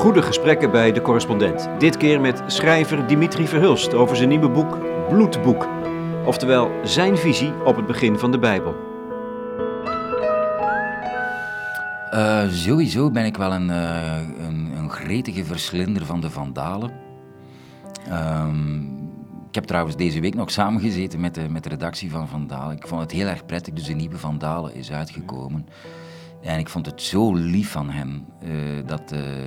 Goede gesprekken bij De Correspondent. Dit keer met schrijver Dimitri Verhulst over zijn nieuwe boek Bloedboek. Oftewel zijn visie op het begin van de Bijbel. Sowieso ben ik wel een gretige verslinder van de Vandalen. Ik heb trouwens deze week nog samengezeten met de redactie van Vandalen. Ik vond het heel erg prettig, dus de nieuwe Vandalen is uitgekomen. En ik vond het zo lief van hen dat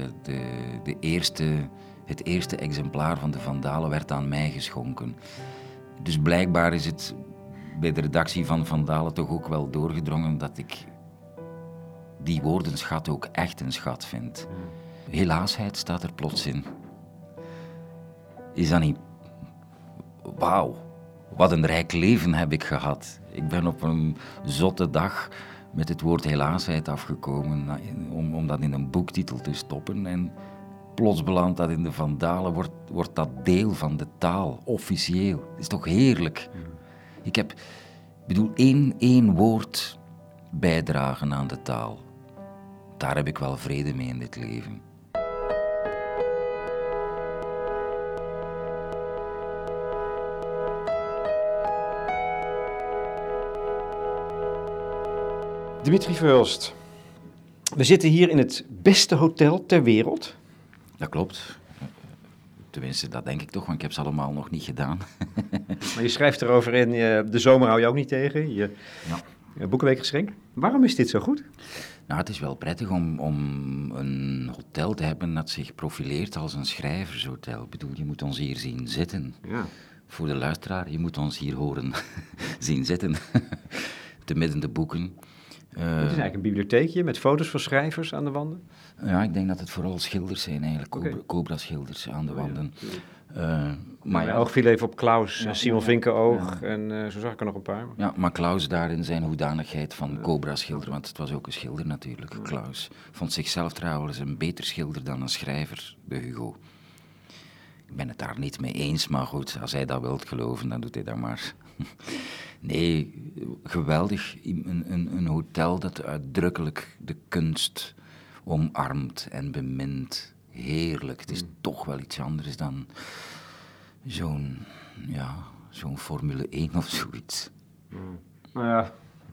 het eerste exemplaar van de Vandalen werd aan mij geschonken. Dus blijkbaar is het bij de redactie van Vandalen toch ook wel doorgedrongen dat ik die woordenschat ook echt een schat vind. Helaasheid staat er plots in. Is dat niet... Wauw, wat een rijk leven heb ik gehad. Ik ben op een zotte dag met het woord helaasheid afgekomen om dat in een boektitel te stoppen. En plots belandt dat in de Vandalen, wordt dat deel van de taal, officieel. Dat is toch heerlijk? Ik bedoel, één woord bijdragen aan de taal. Daar heb ik wel vrede mee in dit leven. Dimitri Verhulst, we zitten hier in het beste hotel ter wereld. Dat klopt. Tenminste, dat denk ik toch, want ik heb ze allemaal nog niet gedaan. Maar je schrijft erover in, de zomer hou je ook niet tegen, je boekenweekgeschenk. Waarom is dit zo goed? Nou, het is wel prettig om een hotel te hebben dat zich profileert als een schrijvershotel. Ik bedoel, je moet ons hier zien zitten. Ja. Voor de luisteraar, je moet ons hier horen zien zitten. Te midden de boeken. Het is eigenlijk een bibliotheekje met foto's van schrijvers aan de wanden. Ja, ik denk dat het vooral schilders zijn eigenlijk, Okay. Cobra-schilders aan de wanden. Maar ja, oog viel even op Klaus, Simon Vinkenoog en zo zag ik er nog een paar. Ja, maar Klaus daar in zijn hoedanigheid van Cobra-schilder, want het was ook een schilder natuurlijk, Klaus. Vond zichzelf trouwens een beter schilder dan een schrijver, de Hugo. Ik ben het daar niet mee eens, maar goed, als hij dat wilt geloven, dan doet hij dat maar. Nee, geweldig. Een hotel dat uitdrukkelijk de kunst omarmt en bemint. Heerlijk. Het is toch wel iets anders dan zo'n Formule 1 of zoiets. Nou ja,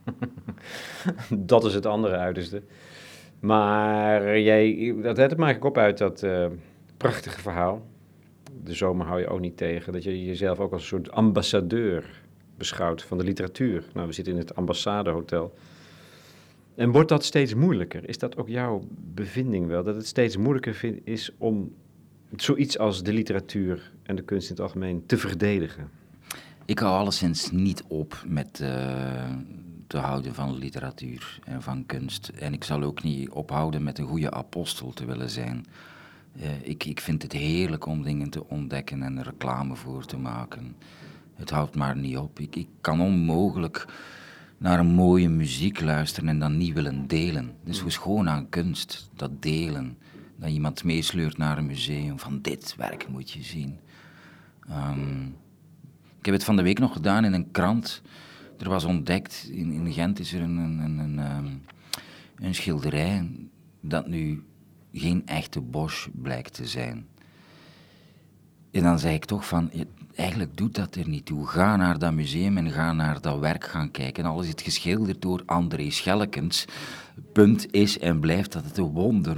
dat is het andere uiterste. Maar dat maak ik op uit dat prachtige verhaal. De zomer hou je ook niet tegen. Dat je jezelf ook als een soort ambassadeur beschouwt van de literatuur. Nou, we zitten in het ambassadehotel. En wordt dat steeds moeilijker? Is dat ook jouw bevinding wel? Dat het steeds moeilijker is om zoiets als de literatuur en de kunst in het algemeen te verdedigen? Ik hou alleszins niet op met te houden van literatuur en van kunst. En ik zal ook niet ophouden met een goede apostel te willen zijn. Ik vind het heerlijk om dingen te ontdekken en er reclame voor te maken. Het houdt maar niet op. Ik kan onmogelijk naar een mooie muziek luisteren en dan niet willen delen. Dus hoe schoon aan kunst, dat delen. Dat iemand meesleurt naar een museum van dit werk moet je zien. Ik heb het van de week nog gedaan in een krant. Er was ontdekt, in Gent is er een schilderij dat nu geen echte Bosch blijkt te zijn. En dan zei ik toch van, eigenlijk doet dat er niet toe. Ga naar dat museum en ga naar dat werk gaan kijken. Al is het geschilderd door André Schellekens. Punt is en blijft dat het een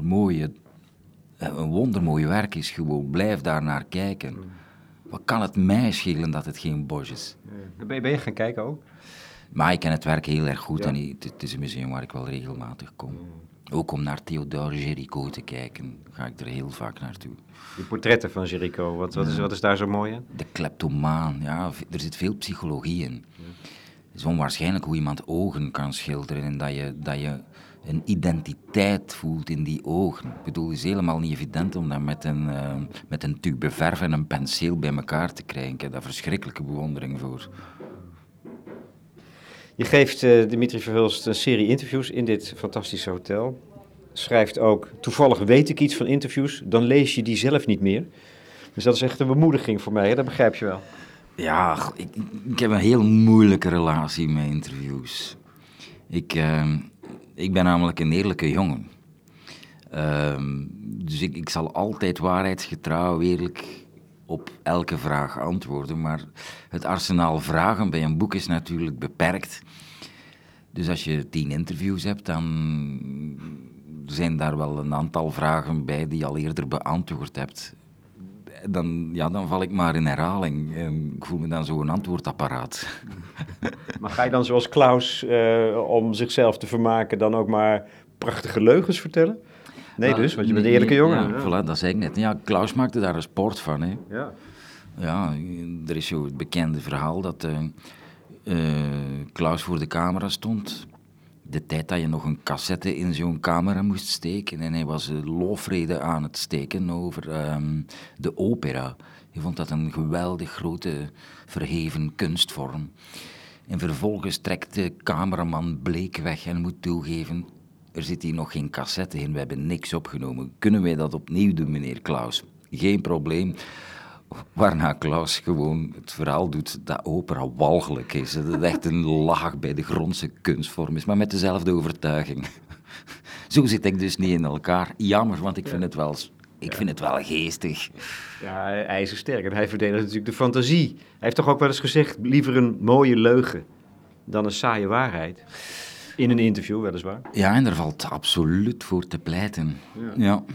wondermooi werk is gewoon. Blijf daar naar kijken. Wat kan het mij schelen dat het geen Bosch is? Ben je gaan kijken ook? Maar ik ken het werk heel erg goed en het is een museum waar ik wel regelmatig kom. Ook om naar Théodore Géricault te kijken, ga ik er heel vaak naartoe. Die portretten van Géricault, wat is daar zo mooi aan? De kleptomaan, ja, er zit veel psychologie in. Het is onwaarschijnlijk hoe iemand ogen kan schilderen en dat je een identiteit voelt in die ogen. Ik bedoel, het is helemaal niet evident om dat met een tube verf en een penseel bij elkaar te krijgen. Ik heb daar verschrikkelijke bewondering voor. Je geeft Dimitri Verhulst een serie interviews in dit fantastische hotel. Schrijft ook, toevallig weet ik iets van interviews, dan lees je die zelf niet meer. Dus dat is echt een bemoediging voor mij, hè? Dat begrijp je wel. Ja, ik heb een heel moeilijke relatie met interviews. Ik ben namelijk een eerlijke jongen. Dus ik zal altijd waarheidsgetrouw, eerlijk op elke vraag antwoorden. Maar het arsenaal vragen bij een boek is natuurlijk beperkt. Dus als je 10 interviews hebt, dan zijn daar wel een aantal vragen bij die je al eerder beantwoord hebt. Dan val ik maar in herhaling. Ik voel me dan zo'n antwoordapparaat. Maar ga je dan zoals Klaus, om zichzelf te vermaken, dan ook maar prachtige leugens vertellen? Nee dus, want je bent een eerlijke jongen. Ja, voilà, dat zei ik net. Ja, Klaus maakte daar een sport van. Hè. Ja. Ja, er is zo het bekende verhaal dat Klaus voor de camera stond. De tijd dat je nog een cassette in zo'n camera moest steken. En hij was lofrede aan het steken over de opera. Hij vond dat een geweldig grote, verheven kunstvorm. En vervolgens trekt de cameraman bleek weg en moet toegeven... Er zit hier nog geen cassette in, we hebben niks opgenomen. Kunnen wij dat opnieuw doen, meneer Klaus? Geen probleem. Waarna Klaus gewoon het verhaal doet dat opera walgelijk is. Dat het echt een laag bij de grondse kunstvorm is, maar met dezelfde overtuiging. Zo zit ik dus niet in elkaar. Jammer, want ik vind het wel geestig. Ja, hij is sterk en hij verdedigt natuurlijk de fantasie. Hij heeft toch ook wel eens gezegd, liever een mooie leugen dan een saaie waarheid. In een interview, weliswaar. Ja, en daar valt absoluut voor te pleiten. Ja.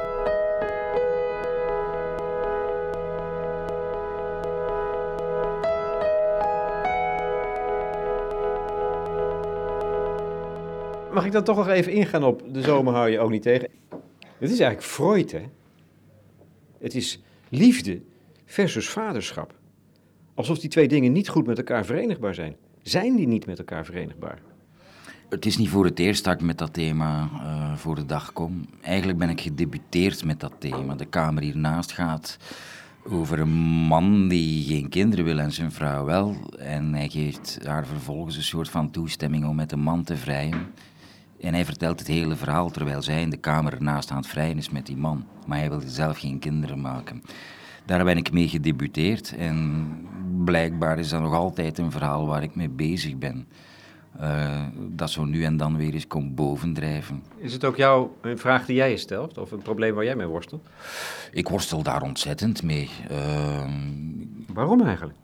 Mag ik dan toch nog even ingaan op de zomer hou je ook niet tegen? Het is eigenlijk Freud, hè? Het is liefde versus vaderschap. Alsof die twee dingen niet goed met elkaar verenigbaar zijn. Zijn die niet met elkaar verenigbaar? Het is niet voor het eerst dat ik met dat thema voor de dag kom. Eigenlijk ben ik gedebuteerd met dat thema. De kamer hiernaast gaat over een man die geen kinderen wil en zijn vrouw wel. En hij geeft haar vervolgens een soort van toestemming om met een man te vrijen. En hij vertelt het hele verhaal terwijl zij in de kamer ernaast aan het vrijen is met die man. Maar hij wil zelf geen kinderen maken. Daar ben ik mee gedebuteerd en blijkbaar is dat nog altijd een verhaal waar ik mee bezig ben. Dat zo nu en dan weer eens komt bovendrijven. Is het ook een vraag die jij je stelt of een probleem waar jij mee worstelt? Ik worstel daar ontzettend mee. Waarom eigenlijk?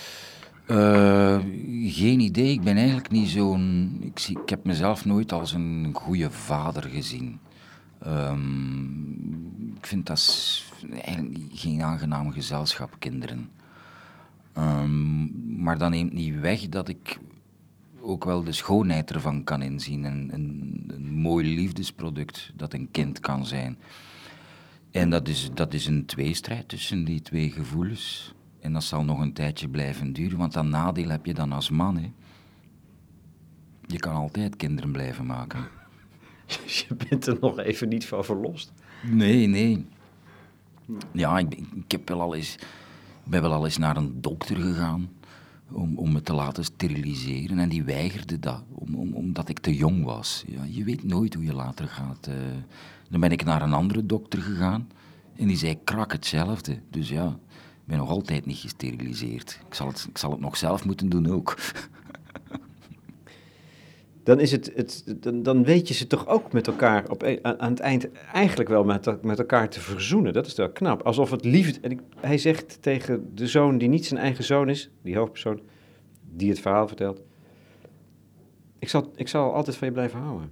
Geen idee. Ik ben eigenlijk niet zo'n... Ik heb mezelf nooit als een goede vader gezien. Ik vind dat eigenlijk geen aangenaam gezelschap, kinderen. Maar dat neemt niet weg dat ik ook wel de schoonheid ervan kan inzien. Een mooi liefdesproduct dat een kind kan zijn. En dat is een tweestrijd tussen die twee gevoelens. En dat zal nog een tijdje blijven duren, want dat nadeel heb je dan als man. Hè. Je kan altijd kinderen blijven maken. Je bent er nog even niet van verlost. Nee. Ja, ik ben wel al eens naar een dokter gegaan om me te laten steriliseren. En die weigerde dat, omdat ik te jong was. Ja, je weet nooit hoe je later gaat. Dan ben ik naar een andere dokter gegaan en die zei krak hetzelfde. Dus ja, ik ben nog altijd niet gesteriliseerd. Ik zal het nog zelf moeten doen ook. Dan is dan weet je ze toch ook met elkaar aan het eind eigenlijk wel met elkaar te verzoenen. Dat is wel knap. Alsof het liefde... Hij zegt tegen de zoon die niet zijn eigen zoon is, die hoofdpersoon, die het verhaal vertelt. Ik zal altijd van je blijven houden.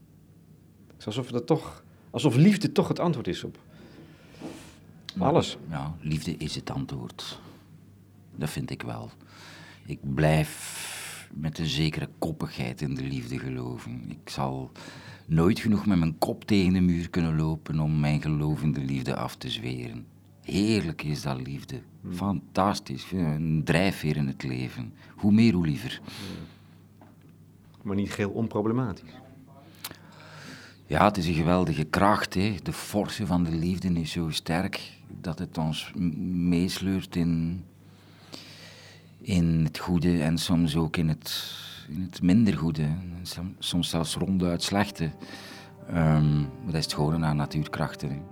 Alsof liefde toch het antwoord is op alles. Ja, liefde is het antwoord. Dat vind ik wel. Ik blijf met een zekere koppigheid in de liefde geloven. Ik zal nooit genoeg met mijn kop tegen de muur kunnen lopen om mijn geloof in de liefde af te zweren. Heerlijk is dat liefde. Fantastisch. Een drijfveer in het leven. Hoe meer, hoe liever. Maar niet geheel onproblematisch. Ja, het is een geweldige kracht. Hè. De force van de liefde is zo sterk dat het ons meesleurt in het goede en soms ook in het minder goede. Soms zelfs ronduit slechte. Maar dat is het gewone aan natuurkrachten. Hè.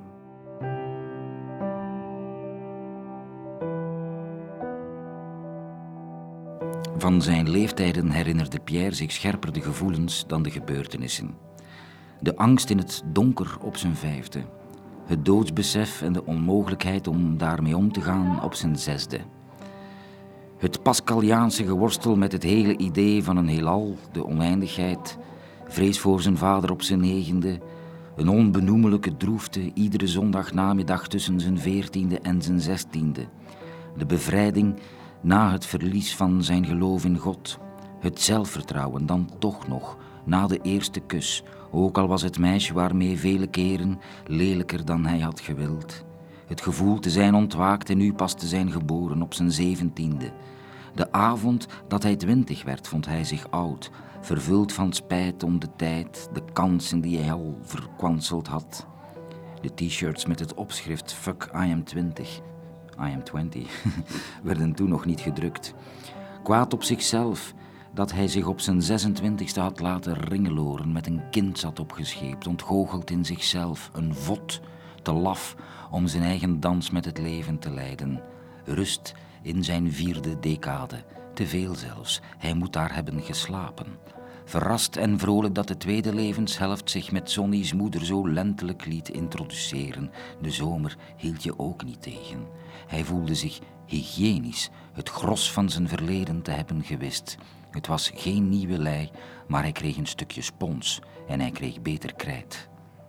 Van zijn leeftijden herinnerde Pierre zich scherper de gevoelens dan de gebeurtenissen. De angst in het donker op zijn 5e. Het doodsbesef en de onmogelijkheid om daarmee om te gaan op zijn 6e. Het Pascaliaanse geworstel met het hele idee van een heelal, de oneindigheid, vrees voor zijn vader op zijn 9e, een onbenoemelijke droefte iedere zondagnamiddag tussen zijn 14e en zijn 16e. De bevrijding na het verlies van zijn geloof in God. Het zelfvertrouwen dan toch nog, na de eerste kus, ook al was het meisje waarmee vele keren lelijker dan hij had gewild. Het gevoel te zijn ontwaakt en nu pas te zijn geboren op zijn 17e. De avond dat hij 20 werd, vond hij zich oud, vervuld van spijt om de tijd, de kansen die hij al verkwanseld had. De t-shirts met het opschrift Fuck I am 20, I am 20, werden toen nog niet gedrukt. Kwaad op zichzelf dat hij zich op zijn 26e had laten ringeloren, met een kind zat opgescheept, ontgoocheld in zichzelf, een vod, te laf om zijn eigen dans met het leven te leiden. Rust in zijn 4e decade, te veel zelfs, hij moet daar hebben geslapen. Verrast en vrolijk dat de tweede levenshelft zich met Sonny's moeder zo lentelijk liet introduceren. De zomer hield je ook niet tegen. Hij voelde zich hygiënisch, het gros van zijn verleden te hebben gewist. Het was geen nieuwe lei, maar hij kreeg een stukje spons en hij kreeg beter krijt.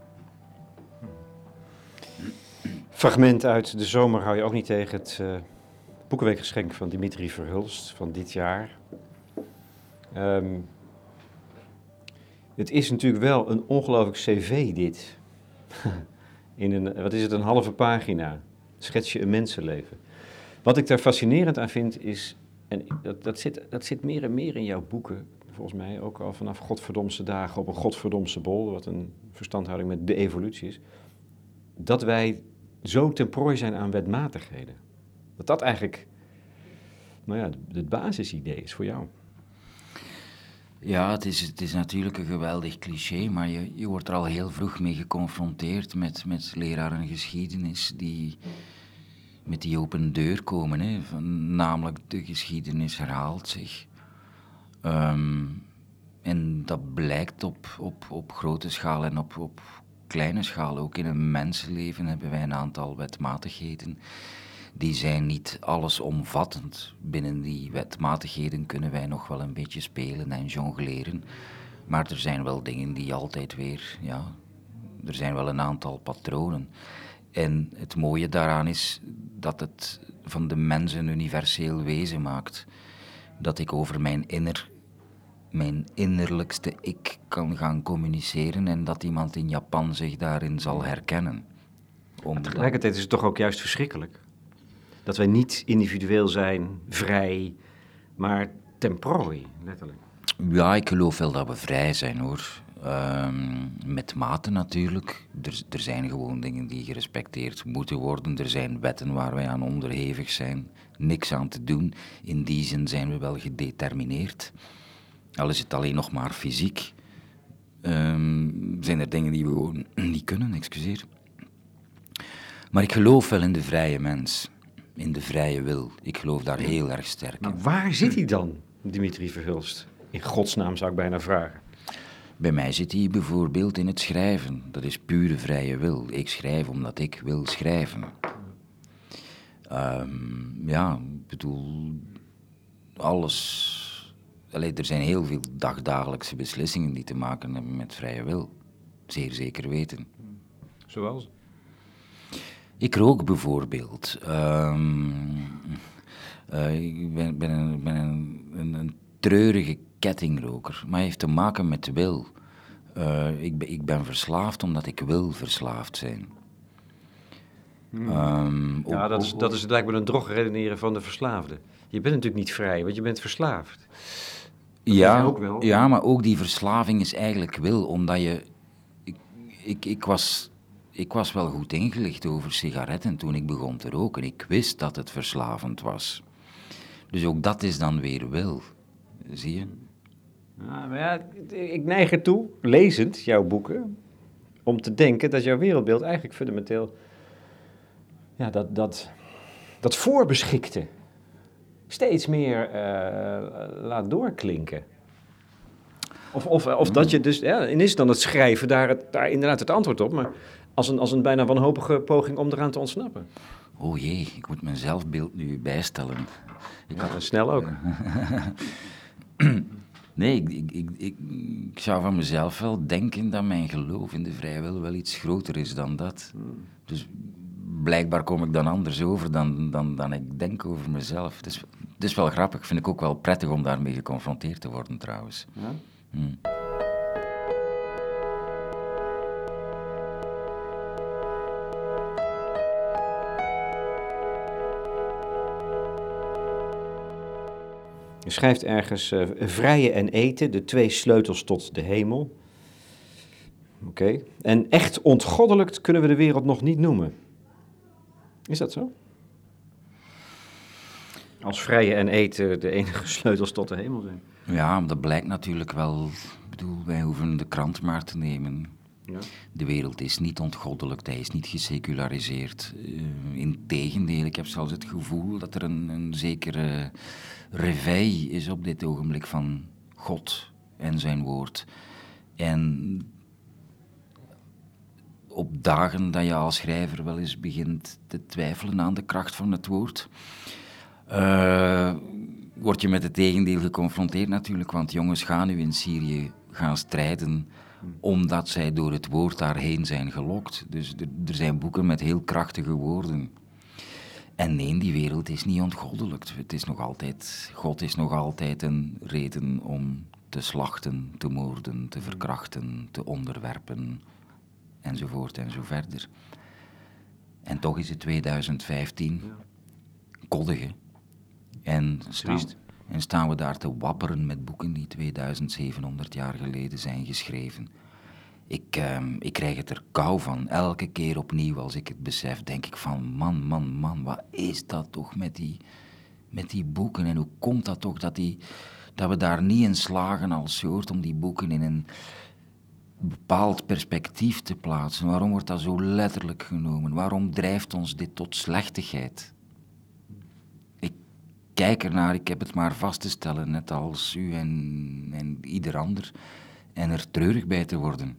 Fragment uit De zomer hou je ook niet tegen, het boekenweekgeschenk van Dimitri Verhulst van dit jaar. Het is natuurlijk wel een ongelooflijk cv dit. In een halve pagina. Schets je een mensenleven. Wat ik daar fascinerend aan vind is, en dat zit meer en meer in jouw boeken, volgens mij ook al vanaf Godverdomse dagen op een Godverdomse bol, wat een verstandhouding met de evolutie is, dat wij zo ten prooi zijn aan wetmatigheden. Dat eigenlijk, het basisidee is voor jou. Ja, het is natuurlijk een geweldig cliché, maar je wordt er al heel vroeg mee geconfronteerd met leraren geschiedenis die met die open deur komen, hè, namelijk de geschiedenis herhaalt zich. En dat blijkt op grote schaal en op kleine schaal. Ook in een mensenleven hebben wij een aantal wetmatigheden. Die zijn niet allesomvattend. Binnen die wetmatigheden kunnen wij nog wel een beetje spelen en jongleren. Maar er zijn wel dingen die altijd weer, er zijn wel een aantal patronen. En het mooie daaraan is dat het van de mens een universeel wezen maakt. Dat ik over mijn innerlijkste ik kan gaan communiceren en dat iemand in Japan zich daarin zal herkennen. Tegelijkertijd is het toch ook juist verschrikkelijk. Dat wij niet individueel zijn, vrij, maar ten prooi, letterlijk. Ja, ik geloof wel dat we vrij zijn, hoor. Met mate natuurlijk. Er zijn gewoon dingen die gerespecteerd moeten worden. Er zijn wetten waar wij aan onderhevig zijn. Niks aan te doen. In die zin zijn we wel gedetermineerd. Al is het alleen nog maar fysiek. Zijn er dingen die we gewoon niet kunnen, excuseer. Maar ik geloof wel in de vrije mens. In de vrije wil. Ik geloof daar heel erg sterk in. Maar waar zit hij dan, Dimitri Verhulst? In godsnaam zou ik bijna vragen. Bij mij zit hij bijvoorbeeld in het schrijven. Dat is pure vrije wil. Ik schrijf omdat ik wil schrijven. Ik bedoel, alles... er zijn heel veel dagdagelijkse beslissingen die te maken hebben met vrije wil. Zeer zeker weten. Zoals? Ik rook bijvoorbeeld. Ik ben een treurige kettingroker, maar heeft te maken met wil. Ik ben verslaafd omdat ik wil verslaafd zijn. Dat is lijkt me een drogredeneren van de verslaafde. Je bent natuurlijk niet vrij, want je bent verslaafd. Ja, ook wel. Ja, maar ook die verslaving is eigenlijk wil, omdat je... Ik was wel goed ingelicht over sigaretten toen ik begon te roken. Ik wist dat het verslavend was. Dus ook dat is dan weer wil. Zie je? Ik neig ertoe, lezend jouw boeken, om te denken dat jouw wereldbeeld eigenlijk fundamenteel... dat voorbeschikte steeds meer laat doorklinken. Of dat je dus, ja, en is dan het schrijven daar inderdaad het antwoord op, maar als een bijna wanhopige poging om eraan te ontsnappen. Oh jee, ik moet mijn zelfbeeld nu bijstellen. Snel ook. Nee, ik zou van mezelf wel denken dat mijn geloof in de vrije wil wel iets groter is dan dat. Dus blijkbaar kom ik dan anders over dan ik denk over mezelf. Het is wel grappig, vind ik ook wel prettig om daarmee geconfronteerd te worden trouwens. Ja? Je schrijft ergens vrije en eten, de 2 sleutels tot de hemel. Oké. En echt ontgoddelijkt kunnen we de wereld nog niet noemen. Is dat zo? Als vrije en eten de enige sleutels tot de hemel zijn. Ja, dat blijkt natuurlijk wel. Ik bedoel, wij hoeven de krant maar te nemen. Ja. De wereld is niet ontgoddelijkt, hij is niet geseculariseerd. Integendeel, ik heb zelfs het gevoel dat er een zekere réveil is op dit ogenblik van God en zijn woord. En op dagen dat je als schrijver wel eens begint te twijfelen aan de kracht van het woord, word je met het tegendeel geconfronteerd natuurlijk, want jongens gaan nu in Syrië gaan strijden omdat zij door het woord daarheen zijn gelokt. Dus er zijn boeken met heel krachtige woorden. En nee, die wereld is niet ontgoddelijkt. God is nog altijd een reden om te slachten, te moorden, te verkrachten, te onderwerpen, enzovoort en zo verder. En toch is het 2015, koddige. En staan we daar te wapperen met boeken die 2700 jaar geleden zijn geschreven. Ik krijg het er kou van. Elke keer opnieuw als ik het besef, denk ik van man, wat is dat toch met die boeken? En hoe komt dat toch dat we daar niet in slagen als soort om die boeken in een bepaald perspectief te plaatsen? Waarom wordt dat zo letterlijk genomen? Waarom drijft ons dit tot slechtigheid? Kijk ernaar, ik heb het maar vast te stellen, net als u en ieder ander, en er treurig bij te worden.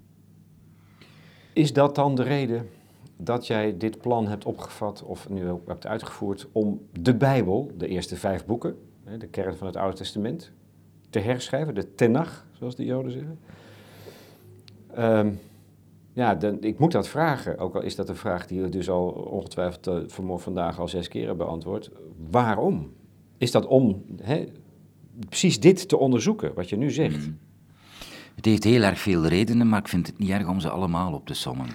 Is dat dan de reden dat jij dit plan hebt opgevat, of nu ook hebt uitgevoerd, om de Bijbel, de eerste 5 boeken, de kern van het Oude Testament, te herschrijven, de Tenach, zoals de Joden zeggen? Ik moet dat vragen, ook al is dat een vraag die we dus al ongetwijfeld vandaag al 6 keer hebben beantwoord. Waarom? Is dat om precies dit te onderzoeken, wat je nu zegt? Het heeft heel erg veel redenen, maar ik vind het niet erg om ze allemaal op te sommen.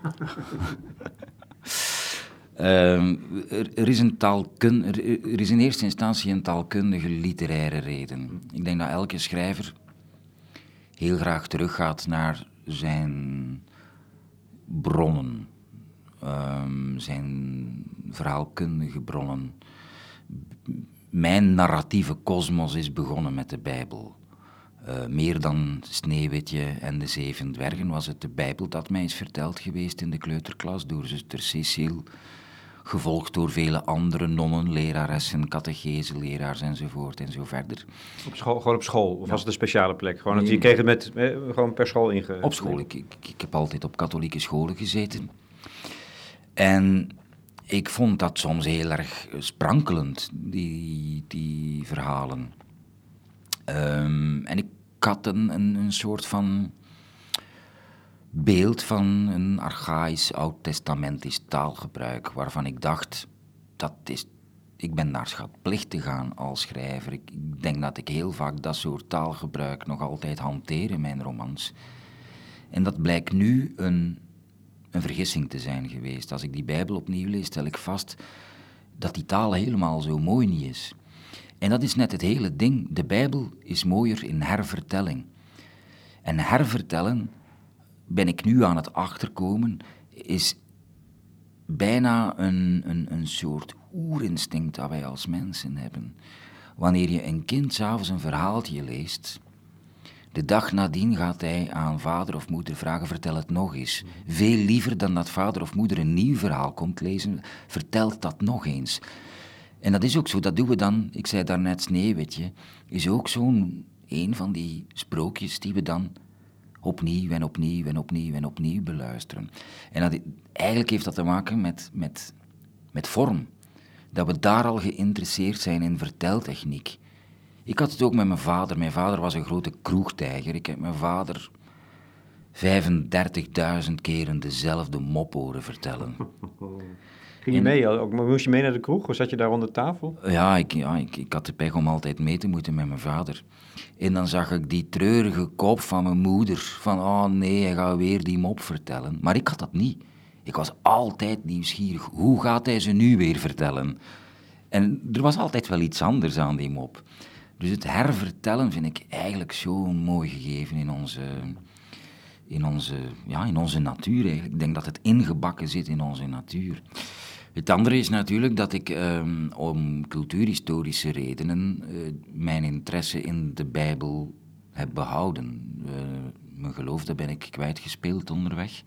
Er is in eerste instantie een taalkundige literaire reden. Ik denk dat elke schrijver heel graag teruggaat naar zijn bronnen, zijn verhaalkundige bronnen. Mijn narratieve kosmos is begonnen met de Bijbel. Meer dan Sneeuwwitje en de 7 dwergen was het de Bijbel dat mij is verteld geweest in de kleuterklas door zuster Cecile, gevolgd door vele andere nonnen, leraressen, catecheseleraars enzovoort en zo verder. Gewoon op school? Of was het een speciale plek? Gewoon, je kreeg het gewoon per school inge... Op school. Ik heb altijd op katholieke scholen gezeten. En ik vond dat soms heel erg sprankelend, die verhalen. En ik had een soort van beeld van een archaïsch oud-testamentisch taalgebruik, waarvan ik dacht, ik ben daar schatplichtig aan als schrijver. Ik denk dat ik heel vaak dat soort taalgebruik nog altijd hanteer in mijn romans. En dat blijkt nu een vergissing te zijn geweest. Als ik die Bijbel opnieuw lees, stel ik vast dat die taal helemaal zo mooi niet is. En dat is net het hele ding. De Bijbel is mooier in hervertelling. En hervertellen, ben ik nu aan het achterkomen, is bijna een soort oerinstinct dat wij als mensen hebben. Wanneer je een kind 's avonds een verhaaltje leest, de dag nadien gaat hij aan vader of moeder vragen, vertel het nog eens. Veel liever dan dat vader of moeder een nieuw verhaal komt lezen, vertelt dat nog eens. En dat is ook zo, dat doen we dan, ik zei daarnet Sneeuwwitje, is ook zo'n een van die sprookjes die we dan opnieuw en opnieuw en opnieuw en opnieuw beluisteren. En eigenlijk heeft dat te maken met vorm. Dat we daar al geïnteresseerd zijn in verteltechniek. Ik had het ook met mijn vader. Mijn vader was een grote kroegtijger. Ik heb mijn vader 35.000 keren dezelfde mop horen vertellen. Ging je mee? Moest je mee naar de kroeg of zat je daar rond de tafel? Ja, ik had de pech om altijd mee te moeten met mijn vader. En dan zag ik die treurige kop van mijn moeder. Van, oh nee, hij gaat weer die mop vertellen. Maar ik had dat niet. Ik was altijd nieuwsgierig. Hoe gaat hij ze nu weer vertellen? En er was altijd wel iets anders aan die mop. Dus het hervertellen vind ik eigenlijk zo'n mooi gegeven in onze natuur eigenlijk. Ik denk dat het ingebakken zit in onze natuur. Het andere is natuurlijk dat ik om cultuurhistorische redenen mijn interesse in de Bijbel heb behouden. Mijn geloof, dat ben ik kwijtgespeeld onderweg.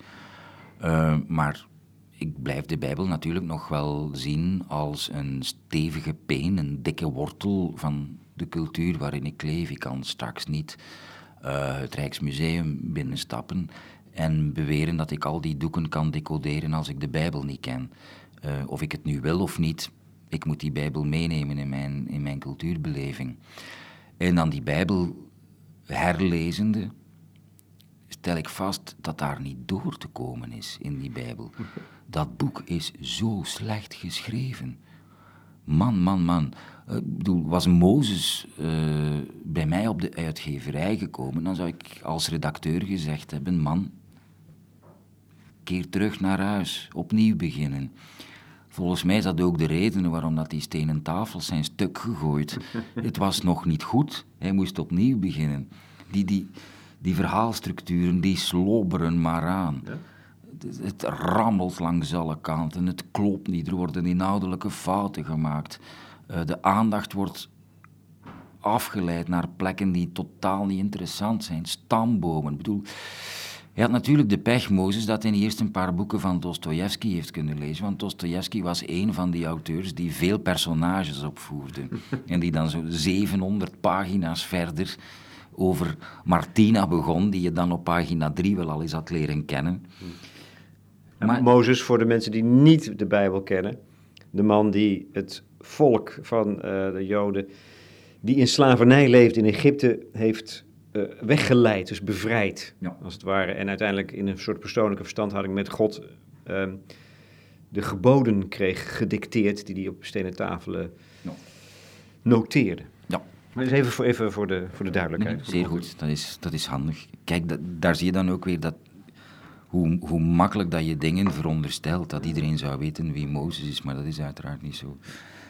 Maar ik blijf de Bijbel natuurlijk nog wel zien als een stevige peen, een dikke wortel van de cultuur waarin ik leef. Ik kan straks niet het Rijksmuseum binnenstappen en beweren dat ik al die doeken kan decoderen als ik de Bijbel niet ken. Of ik het nu wil of niet, ik moet die Bijbel meenemen in mijn cultuurbeleving. En dan die Bijbel herlezende, stel ik vast dat daar niet door te komen is in die Bijbel. Dat boek is zo slecht geschreven. Man. Ik bedoel, was Mozes bij mij op de uitgeverij gekomen, dan zou ik als redacteur gezegd hebben, man, keer terug naar huis, opnieuw beginnen. Volgens mij is dat ook de reden waarom dat die stenen tafels zijn stuk gegooid. Het was nog niet goed, hij moest opnieuw beginnen. Die verhaalstructuren, die slobberen maar aan. Ja? Het rammelt langs alle kanten, het klopt niet, er worden inhoudelijke fouten gemaakt. De aandacht wordt afgeleid naar plekken die totaal niet interessant zijn, stambomen. Ik bedoel, hij had natuurlijk de pech, Mozes, dat hij eerst een paar boeken van Dostojevski heeft kunnen lezen, want Dostojevski was een van die auteurs die veel personages opvoerde. En die dan zo 700 pagina's verder over Martina begon, die je dan op pagina 3 wel al eens had leren kennen. Maar Mozes, voor de mensen die niet de Bijbel kennen, de man die het volk van de Joden, die in slavernij leefde in Egypte, heeft weggeleid, dus bevrijd, als het ware. En uiteindelijk in een soort persoonlijke verstandhouding met God de geboden kreeg gedicteerd, die hij op stenen tafelen noteerde. Ja. Maar even voor de duidelijkheid. Nee, zeer goed, dat is handig. Kijk, daar zie je dan ook weer dat hoe makkelijk dat je dingen veronderstelt, dat iedereen zou weten wie Mozes is, maar dat is uiteraard niet zo.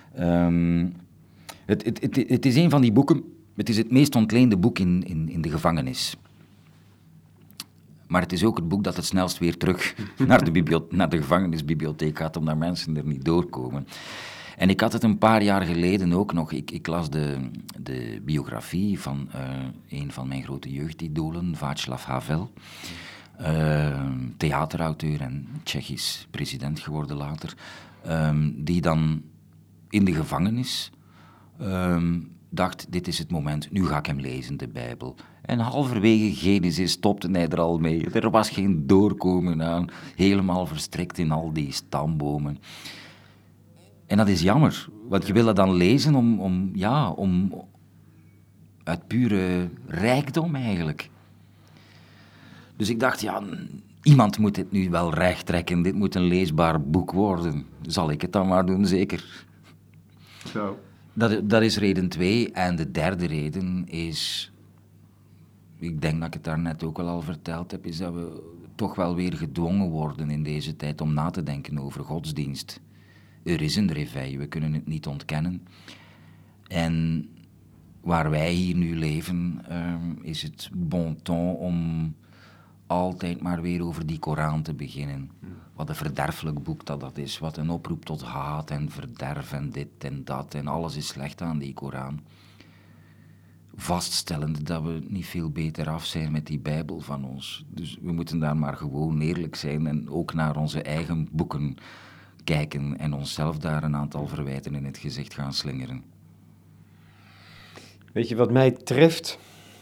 Het is een van die boeken, het is het meest ontleende boek in de gevangenis. Maar het is ook het boek dat het snelst weer terug naar de gevangenisbibliotheek gaat, omdat mensen er niet doorkomen. En ik had het een paar jaar geleden ook nog. Ik las de biografie van een van mijn grote jeugdidolen, Václav Havel. Theaterauteur en Tsjechisch president geworden later. Die dan in de gevangenis dacht, dit is het moment, nu ga ik hem lezen, de Bijbel. En halverwege Genesis stopte hij er al mee. Er was geen doorkomen aan, helemaal verstrikt in al die stambomen. En dat is jammer, want je wil dat dan lezen om uit pure rijkdom eigenlijk. Dus ik dacht, iemand moet dit nu wel recht trekken. Dit moet een leesbaar boek worden. Zal ik het dan maar doen, zeker. Zo. Dat is reden 2. En de derde reden is, ik denk dat ik het daarnet ook al verteld heb, is dat we toch wel weer gedwongen worden in deze tijd om na te denken over godsdienst. Er is een réveil, we kunnen het niet ontkennen. En waar wij hier nu leven, is het bon ton om altijd maar weer over die Koran te beginnen. Wat een verderfelijk boek dat is, wat een oproep tot haat en verderf en dit en dat en alles is slecht aan die Koran. Vaststellend dat we niet veel beter af zijn met die Bijbel van ons. Dus we moeten daar maar gewoon eerlijk zijn en ook naar onze eigen boeken kijken en onszelf daar een aantal verwijten in het gezicht gaan slingeren. Weet je, wat mij treft,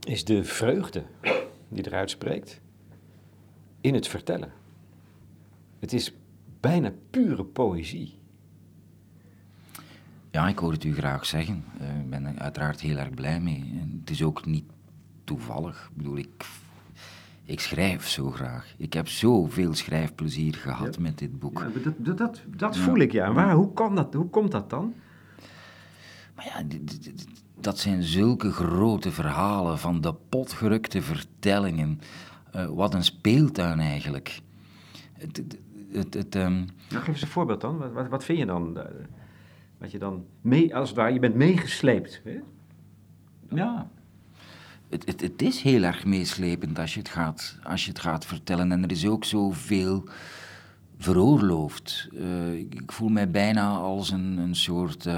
is de vreugde die eruit spreekt in het vertellen. Het is bijna pure poëzie. Ja, ik hoor het u graag zeggen. Ik ben er uiteraard heel erg blij mee. En het is ook niet toevallig. Ik bedoel, ik schrijf zo graag. Ik heb zoveel schrijfplezier gehad met dit boek. Ja, dat voel ik, ja. Maar hoe komt dat dan? Maar ja, dat zijn zulke grote verhalen van de potgerukte vertellingen. Wat een speeltuin eigenlijk. Nou, geef eens een voorbeeld dan. Wat vind je dan? Wat je dan mee, als het ware, je bent meegesleept. Hè? Ja. Het is heel erg meeslepend als je het gaat vertellen. En er is ook zoveel veroorloofd. Ik voel mij bijna als een soort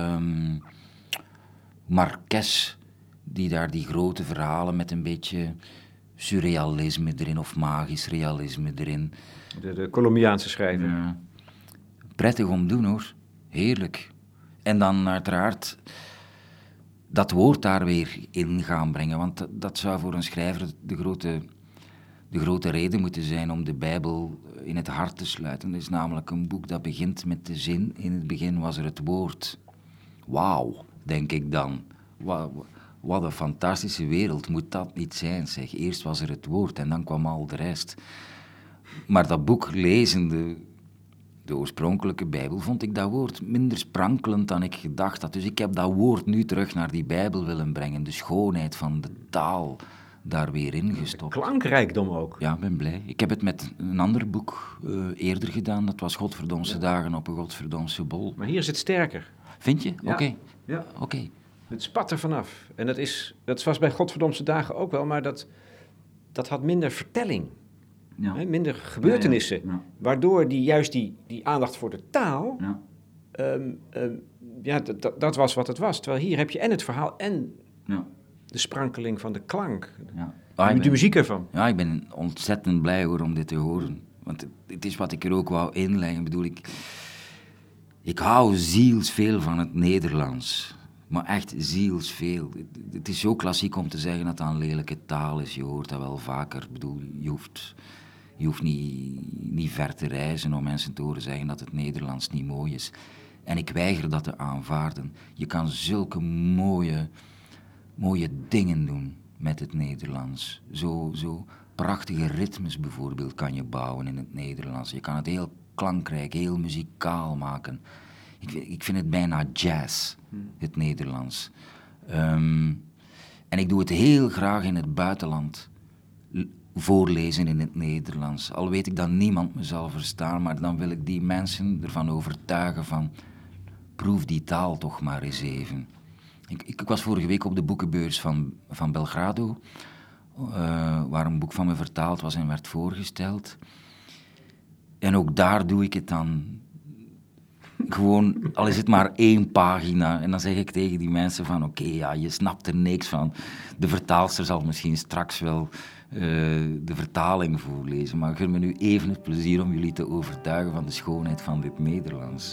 Marquez, die daar die grote verhalen met een beetje surrealisme erin of magisch realisme erin. De Colombiaanse schrijver. Ja. Prettig om te doen, hoor. Heerlijk. En dan uiteraard dat woord daar weer in gaan brengen, want dat zou voor een schrijver de grote reden moeten zijn om de Bijbel in het hart te sluiten. Het is namelijk een boek dat begint met de zin: in het begin was er het woord. Wauw, denk ik dan. Wat een fantastische wereld moet dat niet zijn, zeg. Eerst was er het woord en dan kwam al de rest. Maar dat boek lezende, de oorspronkelijke Bijbel, vond ik dat woord minder sprankelend dan ik gedacht had. Dus ik heb dat woord nu terug naar die Bijbel willen brengen. De schoonheid van de taal daar weer in gestopt. Klankrijkdom ook. Ja, ik ben blij. Ik heb het met een ander boek eerder gedaan. Dat was Godverdomse dagen op een Godverdomse bol. Maar hier is het sterker. Vind je? Ja. Oké. Ja. Oké. Het spat er vanaf. En dat was bij Godverdomse dagen ook wel, maar dat had minder vertelling. Ja. Hè, minder gebeurtenissen. Ja. Waardoor juist die aandacht voor de taal, Ja. dat was wat het was. Terwijl hier heb je en het verhaal en Ja. de sprankeling van de klank. Ja. De muziek ervan. Ja, ik ben ontzettend blij hoor om dit te horen. Want het is wat ik er ook wou inleggen. Ik bedoel, ik hou zielsveel van het Nederlands. Maar echt zielsveel. Het is zo klassiek om te zeggen dat dat een lelijke taal is. Je hoort dat wel vaker. Ik bedoel, je hoeft niet ver te reizen om mensen te horen zeggen dat het Nederlands niet mooi is. En ik weiger dat te aanvaarden. Je kan zulke mooie dingen doen met het Nederlands. Zo prachtige ritmes bijvoorbeeld kan je bouwen in het Nederlands. Je kan het heel klankrijk, heel muzikaal maken. Ik vind het bijna jazz, het Nederlands. En ik doe het heel graag in het buitenland. Voorlezen in het Nederlands. Al weet ik dat niemand me zal verstaan, maar dan wil ik die mensen ervan overtuigen van: proef die taal toch maar eens even. Ik was vorige week op de boekenbeurs van Belgrado, waar een boek van me vertaald was en werd voorgesteld. En ook daar doe ik het dan gewoon, al is het maar 1 pagina. En dan zeg ik tegen die mensen van: oké, ja, je snapt er niks van. De vertaalster zal misschien straks wel de vertaling voorlezen. Maar gun me nu even het plezier om jullie te overtuigen van de schoonheid van dit Nederlands.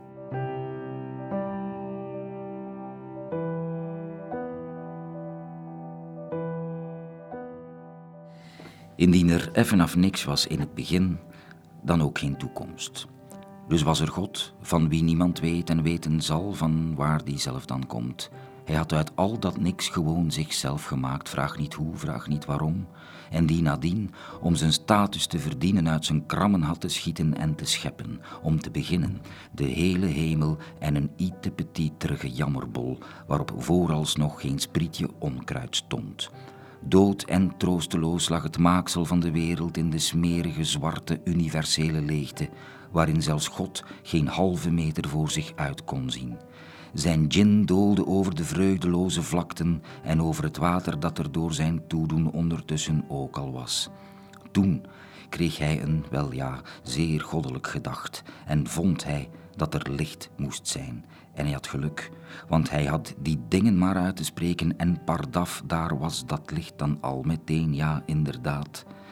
Indien er effen af niks was in het begin, dan ook geen toekomst. Dus was er God, van wie niemand weet en weten zal van waar die zelf dan komt. Hij had uit al dat niks gewoon zichzelf gemaakt, vraag niet hoe, vraag niet waarom. En die nadien, om zijn status te verdienen, uit zijn krammen had te schieten en te scheppen. Om te beginnen, de hele hemel en een te petieterige jammerbol, waarop vooralsnog geen sprietje onkruid stond. Dood en troosteloos lag het maaksel van de wereld in de smerige, zwarte, universele leegte, waarin zelfs God geen halve meter voor zich uit kon zien. Zijn djinn doolde over de vreugdeloze vlakten en over het water dat er door zijn toedoen ondertussen ook al was. Toen kreeg hij een, wel ja, zeer goddelijk gedacht en vond hij dat er licht moest zijn. En hij had geluk, want hij had die dingen maar uit te spreken en pardaf, daar was dat licht dan al meteen, ja, inderdaad.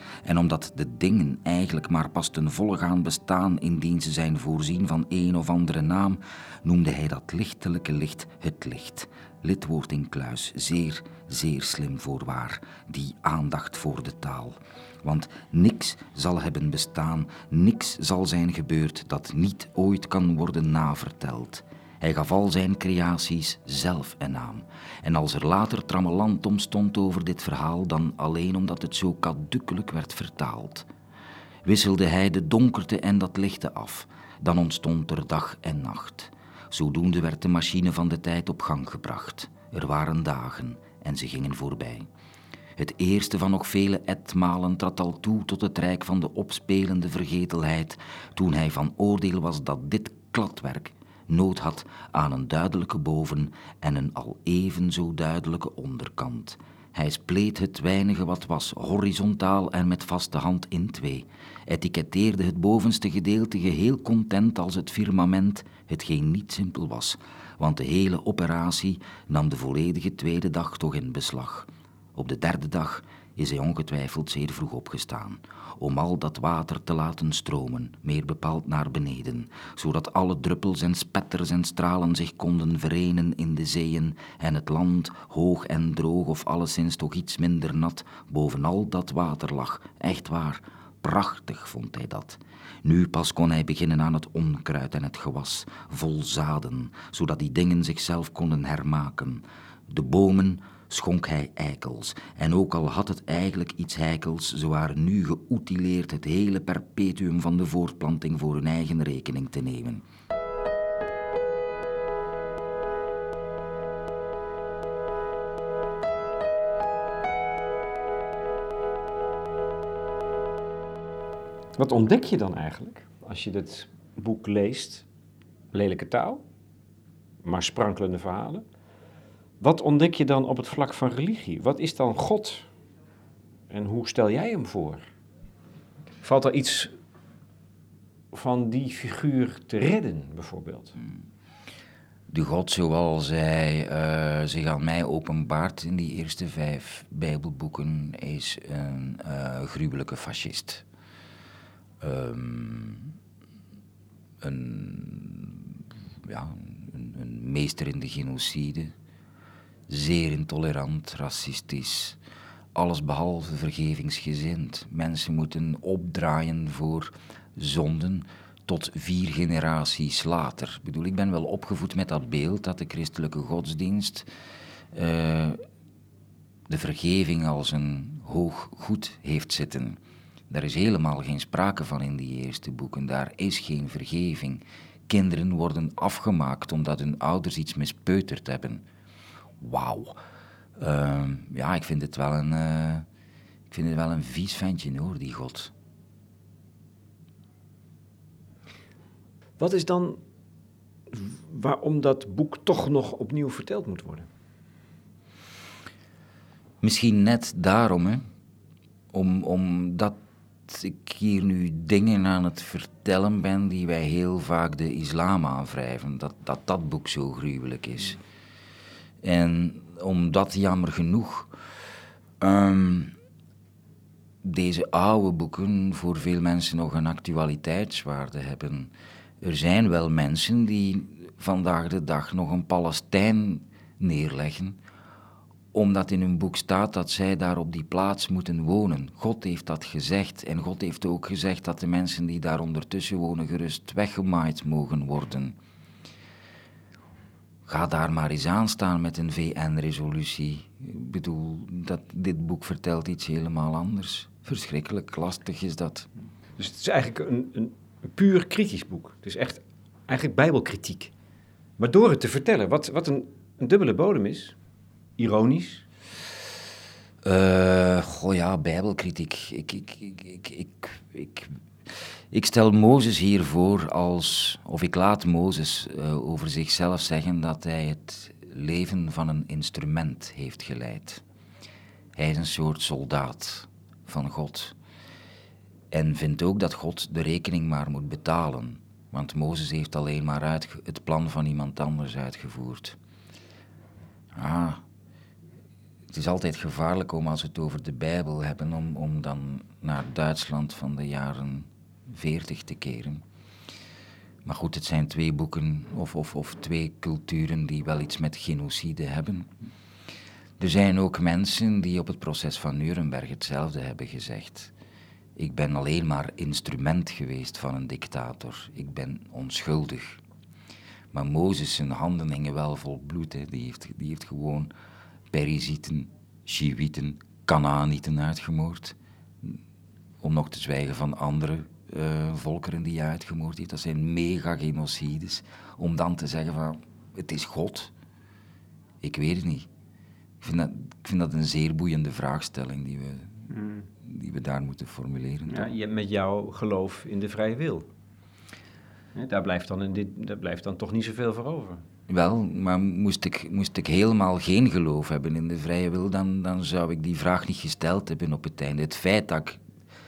En omdat de dingen eigenlijk maar pas ten volle gaan bestaan indien ze zijn voorzien van een of andere naam, noemde hij dat lichtelijke licht het licht. Lidwoord in kluis, zeer, zeer slim voorwaar, die aandacht voor de taal. Want niks zal hebben bestaan, niks zal zijn gebeurd dat niet ooit kan worden naverteld. Hij gaf al zijn creaties zelf een naam. En als er later trammeland omstond over dit verhaal, dan alleen omdat het zo kadukkelijk werd vertaald. Wisselde hij de donkerte en dat lichte af, dan ontstond er dag en nacht. Zodoende werd de machine van de tijd op gang gebracht. Er waren dagen en ze gingen voorbij. Het eerste van nog vele etmalen trad al toe tot het rijk van de opspelende vergetelheid, toen hij van oordeel was dat dit kladwerk nood had aan een duidelijke boven en een al even zo duidelijke onderkant. Hij spleet het weinige wat was, horizontaal en met vaste hand in twee, etiketteerde het bovenste gedeelte geheel content als het firmament, hetgeen niet simpel was, want de hele operatie nam de volledige tweede dag toch in beslag. Op de derde dag is hij ongetwijfeld zeer vroeg opgestaan, om al dat water te laten stromen, meer bepaald naar beneden, zodat alle druppels en spetters en stralen zich konden verenen in de zeeën en het land, hoog en droog of alleszins toch iets minder nat, boven al dat water lag. Echt waar, prachtig vond hij dat. Nu pas kon hij beginnen aan het onkruid en het gewas, vol zaden, zodat die dingen zichzelf konden hermaken. De bomen schonk hij eikels, en ook al had het eigenlijk iets heikels, ze waren nu geoutileerd het hele perpetuum van de voortplanting voor hun eigen rekening te nemen. Wat ontdek je dan eigenlijk als je dit boek leest? Lelijke taal, maar sprankelende verhalen. Wat ontdek je dan op het vlak van religie? Wat is dan God? En hoe stel jij hem voor? Valt er iets van die figuur te redden, bijvoorbeeld? De God zoals hij zich aan mij openbaart in die eerste 5 Bijbelboeken is een gruwelijke fascist. Een meester in de genocide, zeer intolerant, racistisch, allesbehalve vergevingsgezind. Mensen moeten opdraaien voor zonden tot 4 generaties later. Ik ben wel opgevoed met dat beeld dat de christelijke godsdienst de vergeving als een hoog goed heeft zitten. Daar is helemaal geen sprake van in die eerste boeken. Daar is geen vergeving. Kinderen worden afgemaakt omdat hun ouders iets mispeuterd hebben. Wauw. Ik vind het wel een vies ventje hoor, die God. Wat is dan waarom dat boek toch nog opnieuw verteld moet worden? Misschien net daarom, hè. Omdat ik hier nu dingen aan het vertellen ben die wij heel vaak de islam aanwrijven. Dat boek zo gruwelijk is. En omdat jammer genoeg deze oude boeken voor veel mensen nog een actualiteitswaarde hebben. Er zijn wel mensen die vandaag de dag nog een Palestijn neerleggen, omdat in hun boek staat dat zij daar op die plaats moeten wonen. God heeft dat gezegd en God heeft ook gezegd dat de mensen die daar ondertussen wonen gerust weggemaaid mogen worden. Ga daar maar eens aan staan met een VN-resolutie. Ik bedoel, dit boek vertelt iets helemaal anders. Verschrikkelijk lastig is dat. Dus het is eigenlijk een puur kritisch boek. Het is echt eigenlijk bijbelkritiek. Maar door het te vertellen, wat een dubbele bodem is, ironisch. Bijbelkritiek. Ik stel Mozes hier voor ik laat Mozes over zichzelf zeggen dat hij het leven van een instrument heeft geleid. Hij is een soort soldaat van God. En vindt ook dat God de rekening maar moet betalen. Want Mozes heeft alleen maar het plan van iemand anders uitgevoerd. Het is altijd gevaarlijk om, als we het over de Bijbel hebben, om dan naar Duitsland van de jaren 40 te keren. Maar goed, het zijn 2 boeken of 2 culturen die wel iets met genocide hebben. Er zijn ook mensen die op het proces van Nuremberg hetzelfde hebben gezegd. Ik ben alleen maar instrument geweest van een dictator. Ik ben onschuldig. Maar Mozes' zijn handen hingen wel vol bloed. Hè. Die heeft gewoon Perizieten, Shiwieten, Kanaanieten uitgemoord. Om nog te zwijgen van andere volkeren die hij uitgemoord heeft. Dat zijn mega-genocides. Om dan te zeggen van, het is God. Ik weet het niet. Ik vind dat een zeer boeiende vraagstelling die we daar moeten formuleren. Ja, met jouw geloof in de vrije wil. Daar blijft dan toch niet zoveel voor over. Wel, maar moest ik helemaal geen geloof hebben in de vrije wil, dan zou ik die vraag niet gesteld hebben op het einde. Het feit dat ik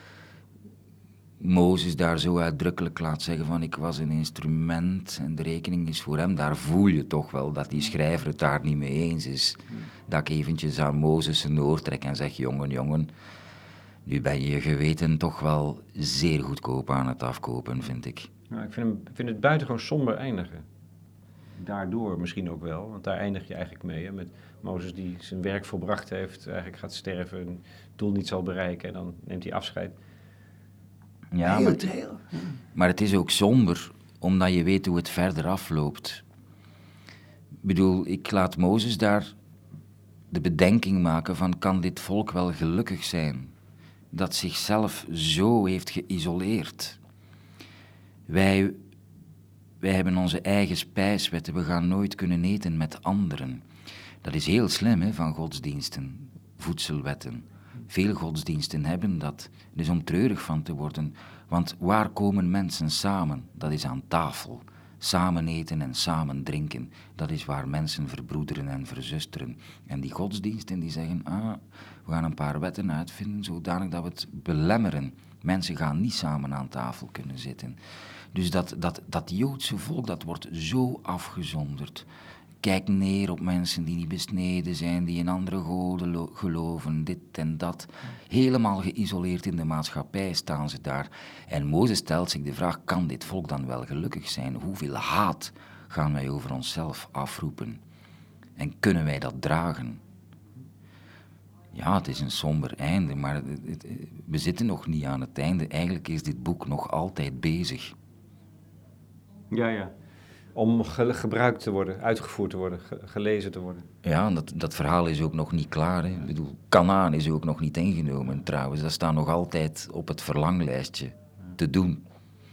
Mozes daar zo uitdrukkelijk laat zeggen van ik was een instrument en de rekening is voor hem, daar voel je toch wel dat die schrijver het daar niet mee eens is. Dat ik eventjes aan Mozes zijn oor trek en zeg, jongen, nu ben je je geweten toch wel zeer goedkoop aan het afkopen, vind ik. Nou, ik vind het buitengewoon somber eindigen. Daardoor misschien ook wel, want daar eindig je eigenlijk mee. Hè, met Mozes die zijn werk volbracht heeft, eigenlijk gaat sterven, een doel niet zal bereiken en dan neemt hij afscheid. Ja, maar het is ook somber, omdat je weet hoe het verder afloopt. Ik bedoel, ik laat Mozes daar de bedenking maken van, kan dit volk wel gelukkig zijn? Dat zichzelf zo heeft geïsoleerd. Wij hebben onze eigen spijswetten, we gaan nooit kunnen eten met anderen. Dat is heel slim, hè, van godsdiensten, voedselwetten. Veel godsdiensten hebben dat. Het is om treurig van te worden, want waar komen mensen samen? Dat is aan tafel. Samen eten en samen drinken, dat is waar mensen verbroederen en verzusteren. En die godsdiensten die zeggen, we gaan een paar wetten uitvinden, zodanig dat we het belemmeren. Mensen gaan niet samen aan tafel kunnen zitten. Dus dat Joodse volk, dat wordt zo afgezonderd. Kijk neer op mensen die niet besneden zijn, die in andere goden geloven, dit en dat. Helemaal geïsoleerd in de maatschappij staan ze daar. En Mozes stelt zich de vraag, kan dit volk dan wel gelukkig zijn? Hoeveel haat gaan wij over onszelf afroepen? En kunnen wij dat dragen? Ja, het is een somber einde, maar we zitten nog niet aan het einde. Eigenlijk is dit boek nog altijd bezig. Ja. Om gebruikt te worden, uitgevoerd te worden, gelezen te worden. Ja, dat verhaal is ook nog niet klaar. Hè. Ik bedoel, Kanaan is ook nog niet ingenomen trouwens. Dat staat nog altijd op het verlanglijstje te doen.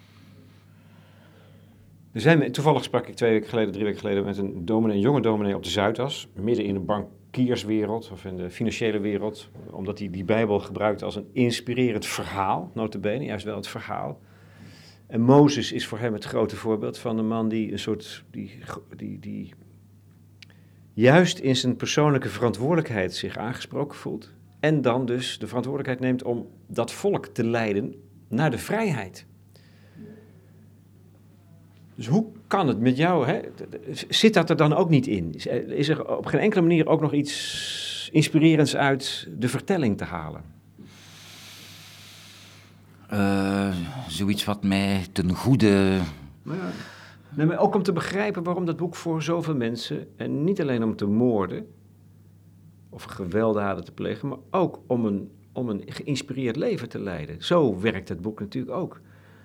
Toevallig sprak ik 3 weken geleden met een jonge dominee op de Zuidas, midden in de bankierswereld of in de financiële wereld, omdat hij die Bijbel gebruikt als een inspirerend verhaal, nota bene, juist wel het verhaal. En Mozes is voor hem het grote voorbeeld van een man die een soort, die juist in zijn persoonlijke verantwoordelijkheid zich aangesproken voelt. En dan dus de verantwoordelijkheid neemt om dat volk te leiden naar de vrijheid. Dus hoe kan het met jou, hè? Zit dat er dan ook niet in? Is er op geen enkele manier ook nog iets inspirerends uit de vertelling te halen? Zoiets wat mij ten goede... Nee, maar ook om te begrijpen waarom dat boek voor zoveel mensen, en niet alleen om te moorden of gewelddaden te plegen, maar ook om een geïnspireerd leven te leiden. Zo werkt het boek natuurlijk ook.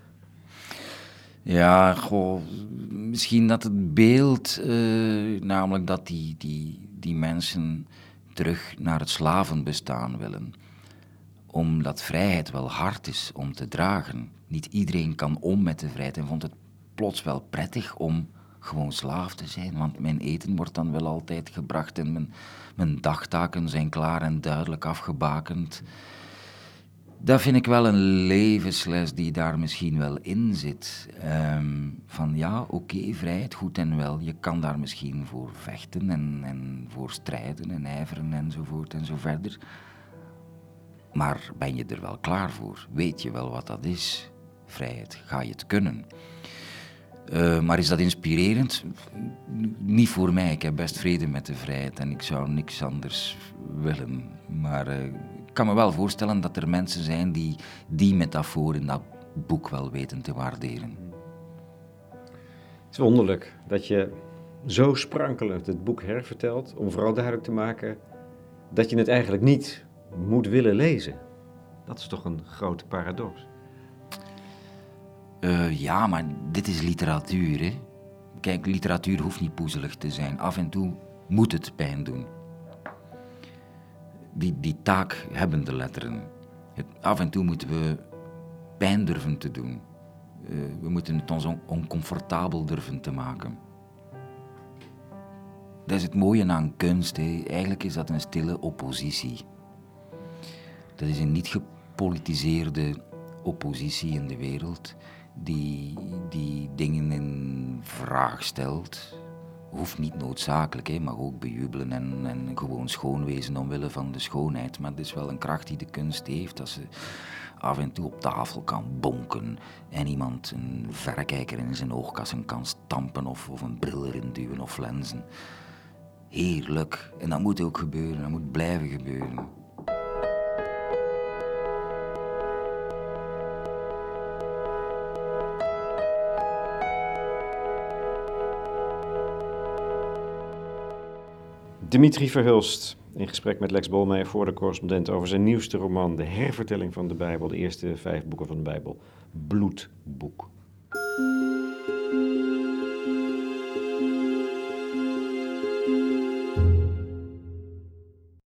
Ja, misschien dat het beeld, namelijk dat die mensen terug naar het slavenbestaan willen. Omdat vrijheid wel hard is om te dragen. Niet iedereen kan om met de vrijheid en vond het plots wel prettig om gewoon slaaf te zijn. Want mijn eten wordt dan wel altijd gebracht en mijn dagtaken zijn klaar en duidelijk afgebakend. Dat vind ik wel een levensles die daar misschien wel in zit. Van ja, oké, vrijheid, goed en wel. Je kan daar misschien voor vechten en voor strijden en ijveren enzovoort en zo verder. Maar ben je er wel klaar voor? Weet je wel wat dat is? Vrijheid, ga je het kunnen? Maar is dat inspirerend? Niet voor mij. Ik heb best vrede met de vrijheid en ik zou niks anders willen. Maar ik kan me wel voorstellen dat er mensen zijn die die metafoor in dat boek wel weten te waarderen. Het is wonderlijk dat je zo sprankelend het boek hervertelt om vooral duidelijk te maken dat je het eigenlijk niet moet willen lezen. Dat is toch een grote paradox. Ja, maar dit is literatuur, hè. Kijk, literatuur hoeft niet poezelig te zijn. Af en toe moet het pijn doen. Die taak hebben de letteren. Af en toe moeten we pijn durven te doen. We moeten het ons oncomfortabel durven te maken. Dat is het mooie aan kunst, hè. Eigenlijk is dat een stille oppositie. Dat is een niet gepolitiseerde oppositie in de wereld die dingen in vraag stelt. Hoeft niet noodzakelijk, hè, mag ook bejubelen en gewoon schoon wezen omwille van de schoonheid. Maar het is wel een kracht die de kunst heeft, dat ze af en toe op tafel kan bonken en iemand een verrekijker in zijn oogkassen kan stampen of een bril erin duwen of lenzen. Heerlijk. En dat moet ook gebeuren, dat moet blijven gebeuren. Dimitri Verhulst in gesprek met Lex Bolmeijer voor de Correspondent over zijn nieuwste roman, de hervertelling van de Bijbel, de eerste 5 boeken van de Bijbel, Bloedboek.